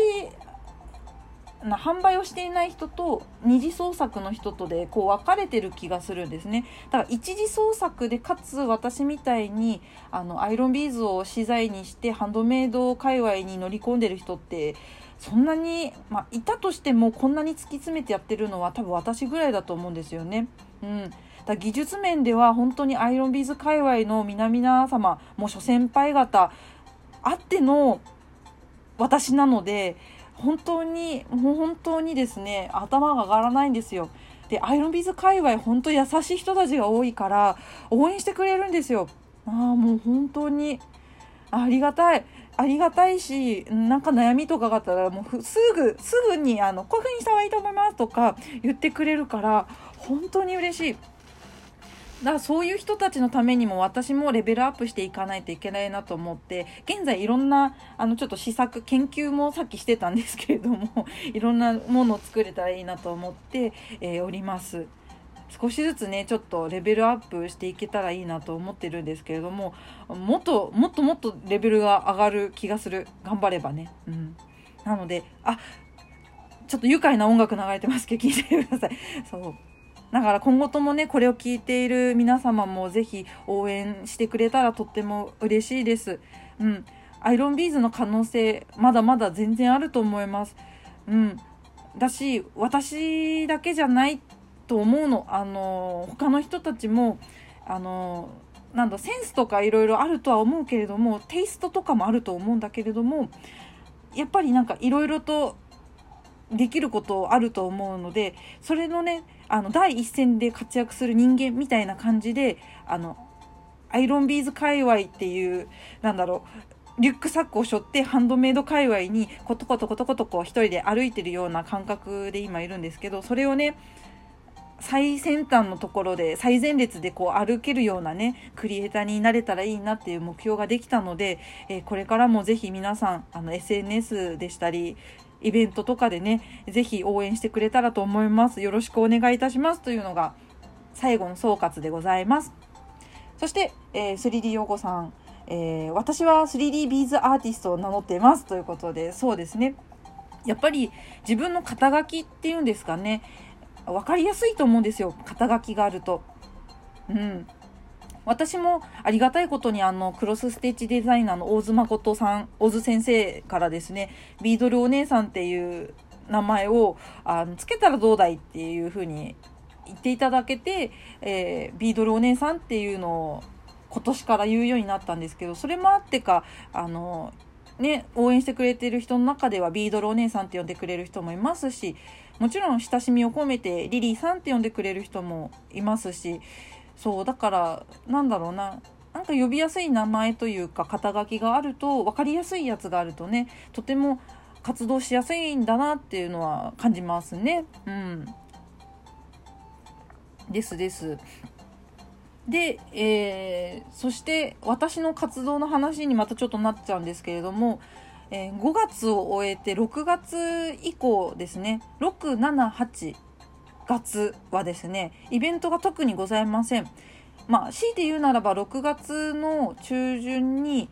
販売をしていない人と二次創作の人とでこう分かれてる気がするんですね。だから一次創作でかつ私みたいにアイロンビーズを資材にしてハンドメイド界隈に乗り込んでる人ってそんなに、いたとしてもこんなに突き詰めてやってるのは多分私ぐらいだと思うんですよね。だ技術面では本当にアイロンビーズ界隈の皆様もう諸先輩方あっての私なので、本当にですね頭が上がらないんですよ。でアイロンビーズ界隈本当優しい人たちが多いから応援してくれるんですよ。もう本当にありがたいし、なんか悩みとかがあったらもうすぐにこういう風にした方がいいと思いますとか言ってくれるから本当に嬉しい。だからそういう人たちのためにも私もレベルアップしていかないといけないなと思って、現在いろんなちょっと試作研究もさっきしてたんですけれどもいろんなものを作れたらいいなと思って、おります。少しずつねちょっとレベルアップしていけたらいいなと思ってるんですけれども、もっとレベルが上がる気がする。頑張ればね。なのでちょっと愉快な音楽流れてますけど聞いてください。そうだから今後ともねこれを聞いている皆様もぜひ応援してくれたらとっても嬉しいです。アイロンビーズの可能性まだまだ全然あると思います。 だし、私だけじゃないと思うの。他の人たちもセンスとかいろいろあるとは思うけれども、テイストとかもあると思うんだけれども、やっぱりいろいろとできることあると思うので、それのね、第一線で活躍する人間みたいな感じで、アイロンビーズ界隈っていう、リュックサックを背負ってハンドメイド界隈にコトコト一人で歩いてるような感覚で今いるんですけど、それをね、最先端のところで最前列で歩けるようなね、クリエイターになれたらいいなっていう目標ができたので、これからもぜひ皆さんSNS でしたりイベントとかでね、ぜひ応援してくれたらと思います。よろしくお願いいたしますというのが最後の総括でございます。そして、3D ヨーコさん、私は 3D ビーズアーティストを名乗っていますということで、そうですね、やっぱり自分の肩書きっていうんですかね、分かりやすいと思うんですよ、肩書きがあると。私もありがたいことにクロスステッチデザイナーの大津誠さん、大津先生からですね、ビードルお姉さんっていう名前をつけたらどうだいっていう風に言っていただけて、ビードルお姉さんっていうのを今年から言うようになったんですけど、それもあってか応援してくれてる人の中ではビードルお姉さんって呼んでくれる人もいますし、もちろん親しみを込めてリリーさんって呼んでくれる人もいますし、そうだから呼びやすい名前というか肩書きがあると、分かりやすいやつがあるとね、とても活動しやすいんだなっていうのは感じますね。ですで、そして私の活動の話にまたちょっとなっちゃうんですけれども、5月を終えて6月以降ですね、6、7、8月はですね、イベントが特にございません。強いて言うならば6月の中旬に、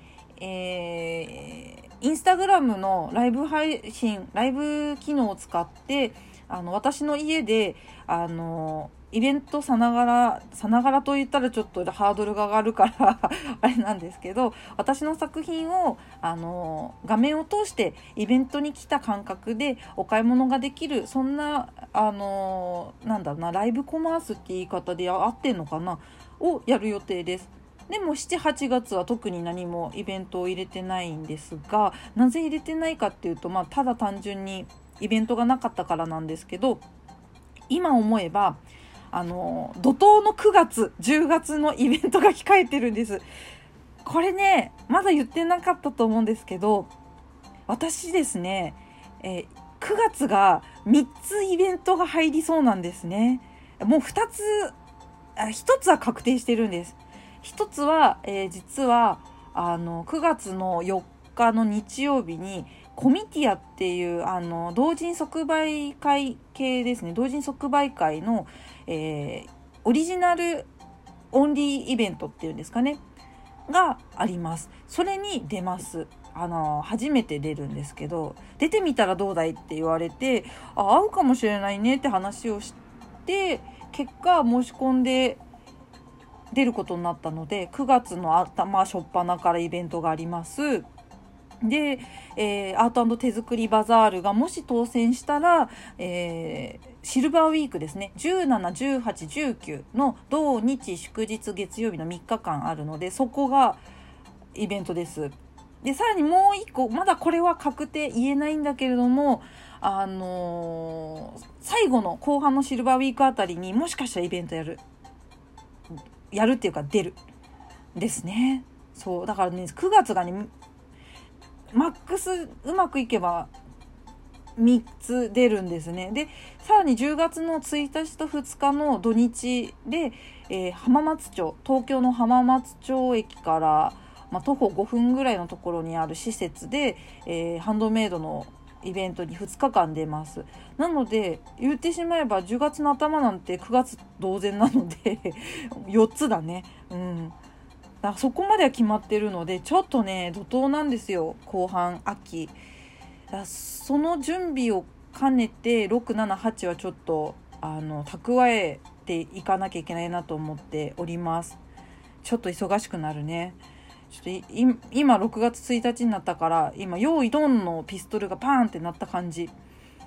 インスタグラムのライブ配信、ライブ機能を使って私の家でイベントさながらと言ったらちょっとハードルが上がるからあれなんですけど、私の作品を画面を通してイベントに来た感覚でお買い物ができる、そんなライブコマースって言い方で合ってんのかなをやる予定です。でも7、8月は特に何もイベントを入れてないんですが、なぜ入れてないかっていうと、ただ単純にイベントがなかったからなんですけど、今思えば怒涛の9月、10月のイベントが控えてるんです。これね、まだ言ってなかったと思うんですけど、私ですね、9月が3つイベントが入りそうなんですね。もう1つは確定してるんです。1つは、実は9月の4日の日曜日にコミティアっていう同人即売会系ですね、同人即売会の、オリジナルオンリーイベントっていうんですかねがあります。それに出ます。初めて出るんですけど、出てみたらどうだいって言われて、合うかもしれないねって話をして、結果申し込んで出ることになったので、9月の頭初っ端からイベントがあります。で、アート&手作りバザールがもし当選したら、シルバーウィークですね、17、18、19の同日祝日月曜日の3日間あるので、そこがイベントです。でさらにもう一個、まだこれは確定言えないんだけれども、最後の後半のシルバーウィークあたりにもしかしたらイベントやるっていうか出るですね。そうだからね、9月がねマックスうまくいけば3つ出るんですね。でさらに10月の1日と2日の土日で、浜松町、東京の浜松町駅から、徒歩5分ぐらいのところにある施設で、ハンドメイドのイベントに2日間出ます。なので言ってしまえば10月の頭なんて9月同然なので4つだね。だからそこまでは決まってるので、ちょっとね怒涛なんですよ、後半秋だ。その準備を兼ねて6、7、8はちょっと蓄えていかなきゃいけないなと思っております。ちょっと忙しくなるね。ちょっと今6月1日になったから、今用意ドンのピストルがパーンってなった感じ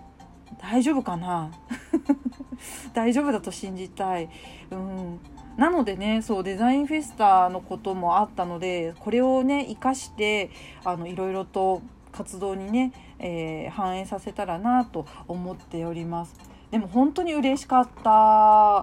大丈夫かな大丈夫だと信じたい。なのでね、そうデザインフェスタのこともあったので、これをね生かしていろいろと活動にね、反映させたらなと思っております。でも本当に嬉しかった。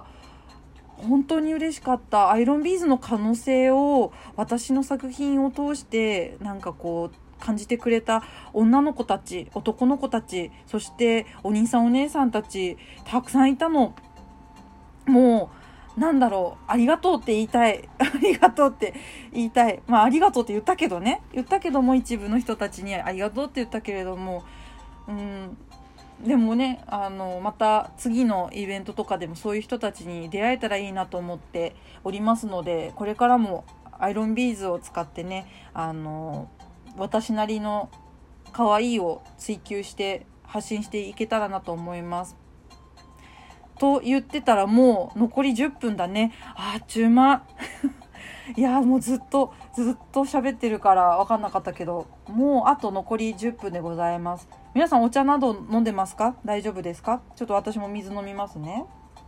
本当に嬉しかった。アイロンビーズの可能性を私の作品を通してなんかこう感じてくれた女の子たち、男の子たち、そしてお兄さんお姉さんたちたくさんいたの。もうなんだろう、ありがとうって言いたいありがとうって言いたい。ありがとうって言ったけども、一部の人たちにありがとうって言ったけれども、でもね、また次のイベントとかでもそういう人たちに出会えたらいいなと思っておりますので、これからもアイロンビーズを使ってね、私なりの可愛いを追求して発信していけたらなと思いますと言ってたら、もう残り10分だね。あっちゅう間いやもうずっと喋ってるから分かんなかったけど、もうあと残り10分でございます。皆さんお茶など飲んでますか？大丈夫ですか？ちょっと私も水飲みますね。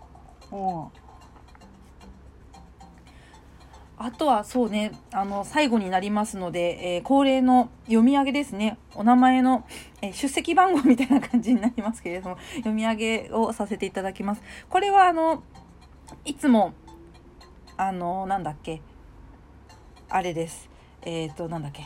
あとはそうね、最後になりますので、恒例の読み上げですね。お名前の、出席番号みたいな感じになりますけれども、読み上げをさせていただきます。これはいつもなんだっけ、あれです。なんだっけ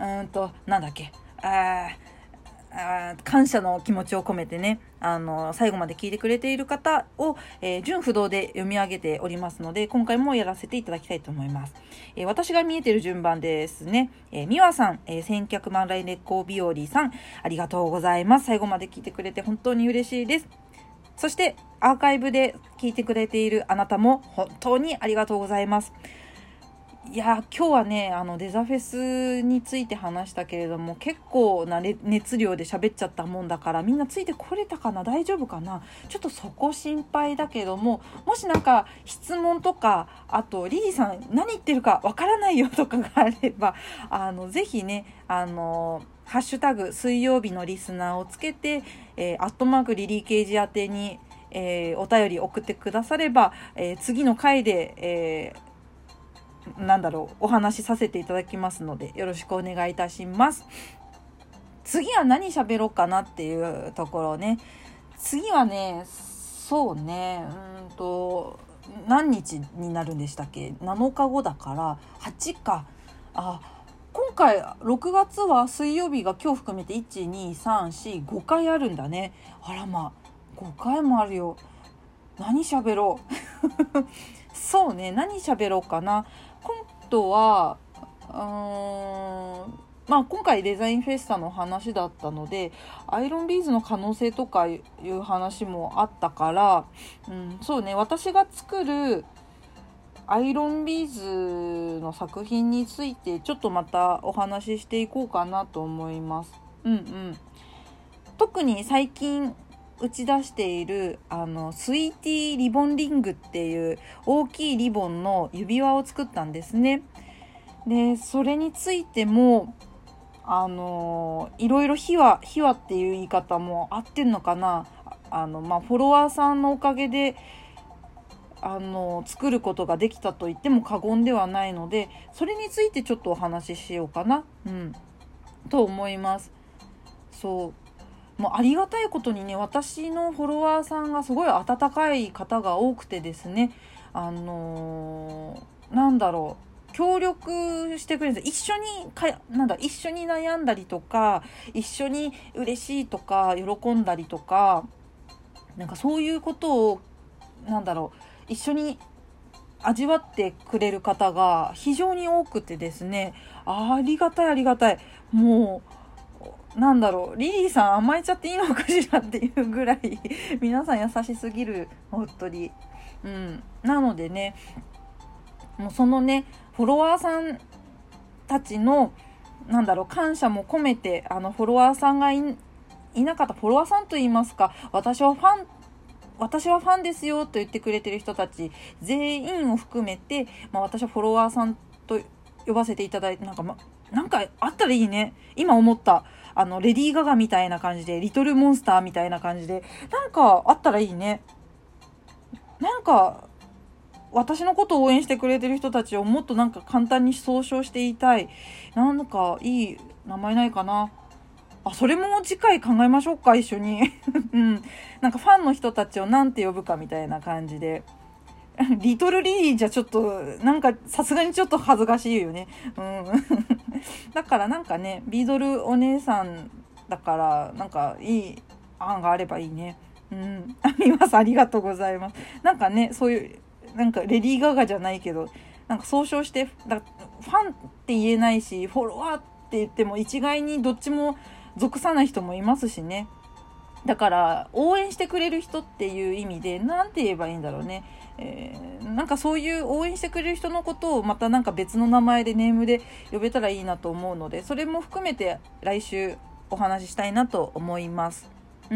感謝の気持ちを込めてね、最後まで聞いてくれている方を、順不動で読み上げておりますので、今回もやらせていただきたいと思います。私が見えている順番ですね。みわさん、千客万来熱光日和さん、ありがとうございます。最後まで聞いてくれて本当に嬉しいです。そしてアーカイブで聞いてくれているあなたも本当にありがとうございます。いや今日はねデザフェスについて話したけれども、結構な熱量で喋っちゃったもんだから、みんなついてこれたかな、大丈夫かな、ちょっとそこ心配だけども、もしなんか質問とか、あとリリーさん何言ってるかわからないよとかがあればぜひねハッシュタグ水曜日のリスナーをつけて、アットマークリリーケージ宛てに、お便り送ってくだされば、次の回で、お話しさせていただきますので、よろしくお願いいたします。次は何喋ろうかなっていうところね。次はね、そうね、何日になるんでしたっけ？7日後だから8か。今回6月は水曜日が今日含めて 1,2,3,4,5 回あるんだね。あら5回もあるよ。何喋ろうそうね、何喋ろうかな。今度は今回デザインフェスタの話だったので、アイロンビーズの可能性とかいう話もあったから、そうね、私が作るアイロンビーズの作品についてちょっとまたお話ししていこうかなと思います。特に最近打ち出しているスイーティーリボンリングっていう大きいリボンの指輪を作ったんですね。でそれについてもいろいろ秘話っていう言い方も合ってんのかな。フォロワーさんのおかげで作ることができたと言っても過言ではないので、それについてちょっとお話ししようかな、と思います。もうありがたいことにね、私のフォロワーさんがすごい温かい方が多くてですね、協力してくれるんです。一緒に悩んだりとか、一緒に嬉しいとか喜んだりとか、そういうことを一緒に味わってくれる方が非常に多くてですね、ありがたい。もうリリーさん甘えちゃっていいのかしらっていうぐらい皆さん優しすぎる、本当に。なのでね、もうそのねフォロワーさんたちの感謝も込めて、フォロワーさんがいなかったフォロワーさんといいますか、私はファンですよと言ってくれてる人たち全員を含めて、私はフォロワーさんと呼ばせていただいて、 なんかあったらいいね。今思った。レディー・ガガみたいな感じで、リトル・モンスターみたいな感じで、なんかあったらいいね。なんか、私のことを応援してくれてる人たちをもっとなんか簡単に総称して言いたい。なんかいい名前ないかな。それも次回考えましょうか、一緒に。うん。なんかファンの人たちをなんて呼ぶかみたいな感じで。リトルリリーじゃちょっと、なんかさすがにちょっと恥ずかしいよね。うん。だからなんかね、ビードルお姉さんだから、なんかいい案があればいいね。うん。みます。ありがとうございます。なんかね、そういう、なんかレディー・ガガじゃないけど、なんか総称して、ファンって言えないし、フォロワーって言っても一概にどっちも属さない人もいますしね。だから応援してくれる人っていう意味でなんて言えばいいんだろうね、なんかそういう応援してくれる人のことをまたなんか別の名前でネームで呼べたらいいなと思うので、それも含めて来週お話ししたいなと思います。うん。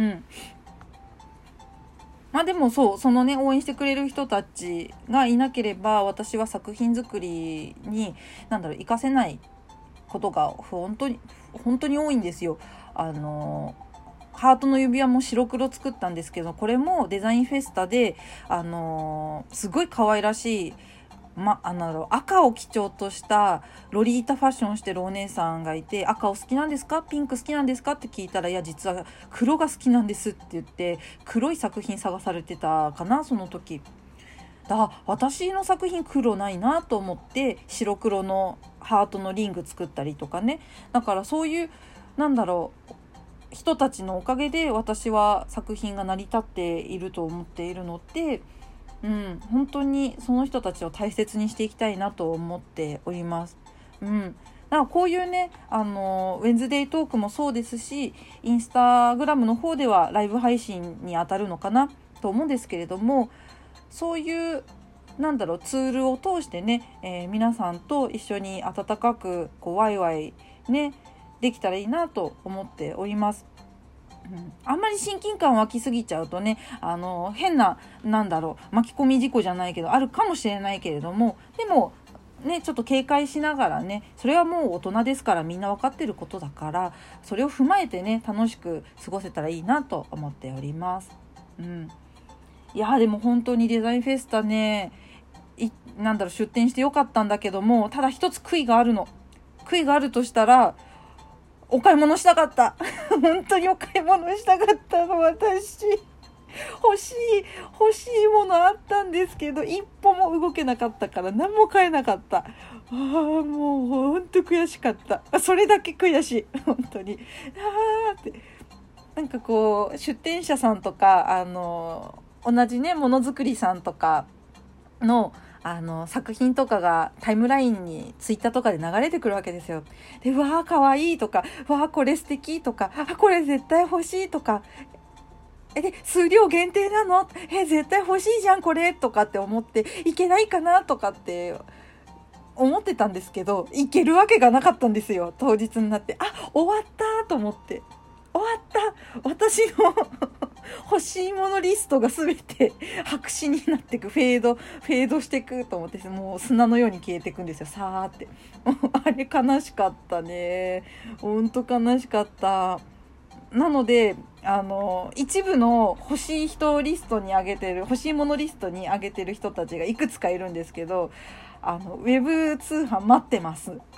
まあでもそのね、応援してくれる人たちがいなければ私は作品作りに活かせないことが本当に多いんですよ。ハートの指輪も白黒作ったんですけど、これもデザインフェスタで、すごい可愛らしい、赤を基調としたロリータファッションしてるお姉さんがいて、赤を好きなんですか、ピンク好きなんですかって聞いたら、いや実は黒が好きなんですって言って、黒い作品探されてたかな、その時。私の作品黒ないなと思って白黒のハートのリング作ったりとかね。だからそういう人たちのおかげで私は作品が成り立っていると思っているので、本当にその人たちを大切にしていきたいなと思っております。だからこういうね、ウェンズデイトークもそうですし、インスタグラムの方ではライブ配信に当たるのかなと思うんですけれども、そういうツールを通してね、皆さんと一緒に温かくワイワイねできたらいいなと思っております。あんまり親近感湧きすぎちゃうとね、変な巻き込み事故じゃないけどあるかもしれないけれども、でもね、ちょっと警戒しながらね、それはもう大人ですからみんな分かってることだから、それを踏まえてね楽しく過ごせたらいいなと思っております。いやでも本当にデザインフェスタね、出店してよかったんだけども、ただ一つ悔いがあるとしたら、お買い物したかった本当にお買い物したかったの。私欲しいものあったんですけど、一歩も動けなかったから何も買えなかった。もう本当悔しかった。それだけ悔しい本当に。ってなんか出店者さんとか同じねものづくりさんとかの作品とかがタイムラインにツイッターとかで流れてくるわけですよ。で、わーかわいいとか、わーこれ素敵とか、これ絶対欲しいとか、で数量限定なの、絶対欲しいじゃんこれとかって思って、いけないかなとかって思ってたんですけど、いけるわけがなかったんですよ。当日になって終わったと思って、終わった私の欲しいものリストが全て白紙になっていく、フェードしていくと思って、もう砂のように消えていくんですよ、さーってあれ悲しかったね、ほんと悲しかった。なので一部の欲しい人リストに上げてる、欲しいものリストに上げてる人たちがいくつかいるんですけど、ウェブ通販待ってますウ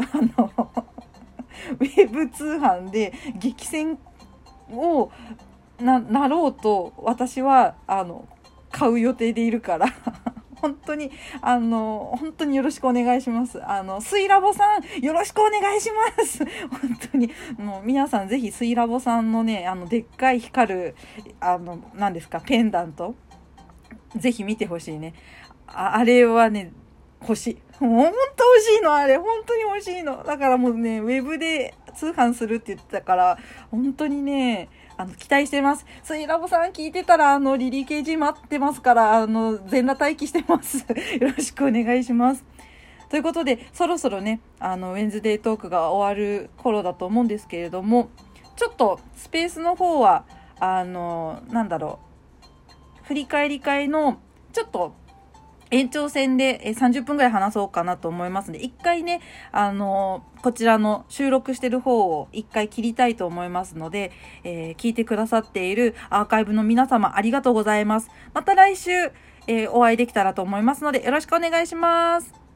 ェブ通販で激戦をなろうと私は買う予定でいるから本当によろしくお願いします。スイラボさんよろしくお願いします本当にもう皆さんぜひスイラボさんのねでっかい光る何ですかペンダントぜひ見てほしいね。あれはね欲しい、本当欲しいの、あれ本当に欲しいの。だからもうねウェブで通販するって言ってたから本当にね期待してます。スイラボさん聞いてたらリリーケージ待ってますから全裸待機してますよろしくお願いします。ということでそろそろねウェンズデートークが終わる頃だと思うんですけれども、ちょっとスペースの方は振り返り会のちょっと延長戦で30分ぐらい話そうかなと思いますので、一回ね、こちらの収録してる方を一回切りたいと思いますので、聞いてくださっているアーカイブの皆様ありがとうございます。また来週、お会いできたらと思いますので、よろしくお願いします。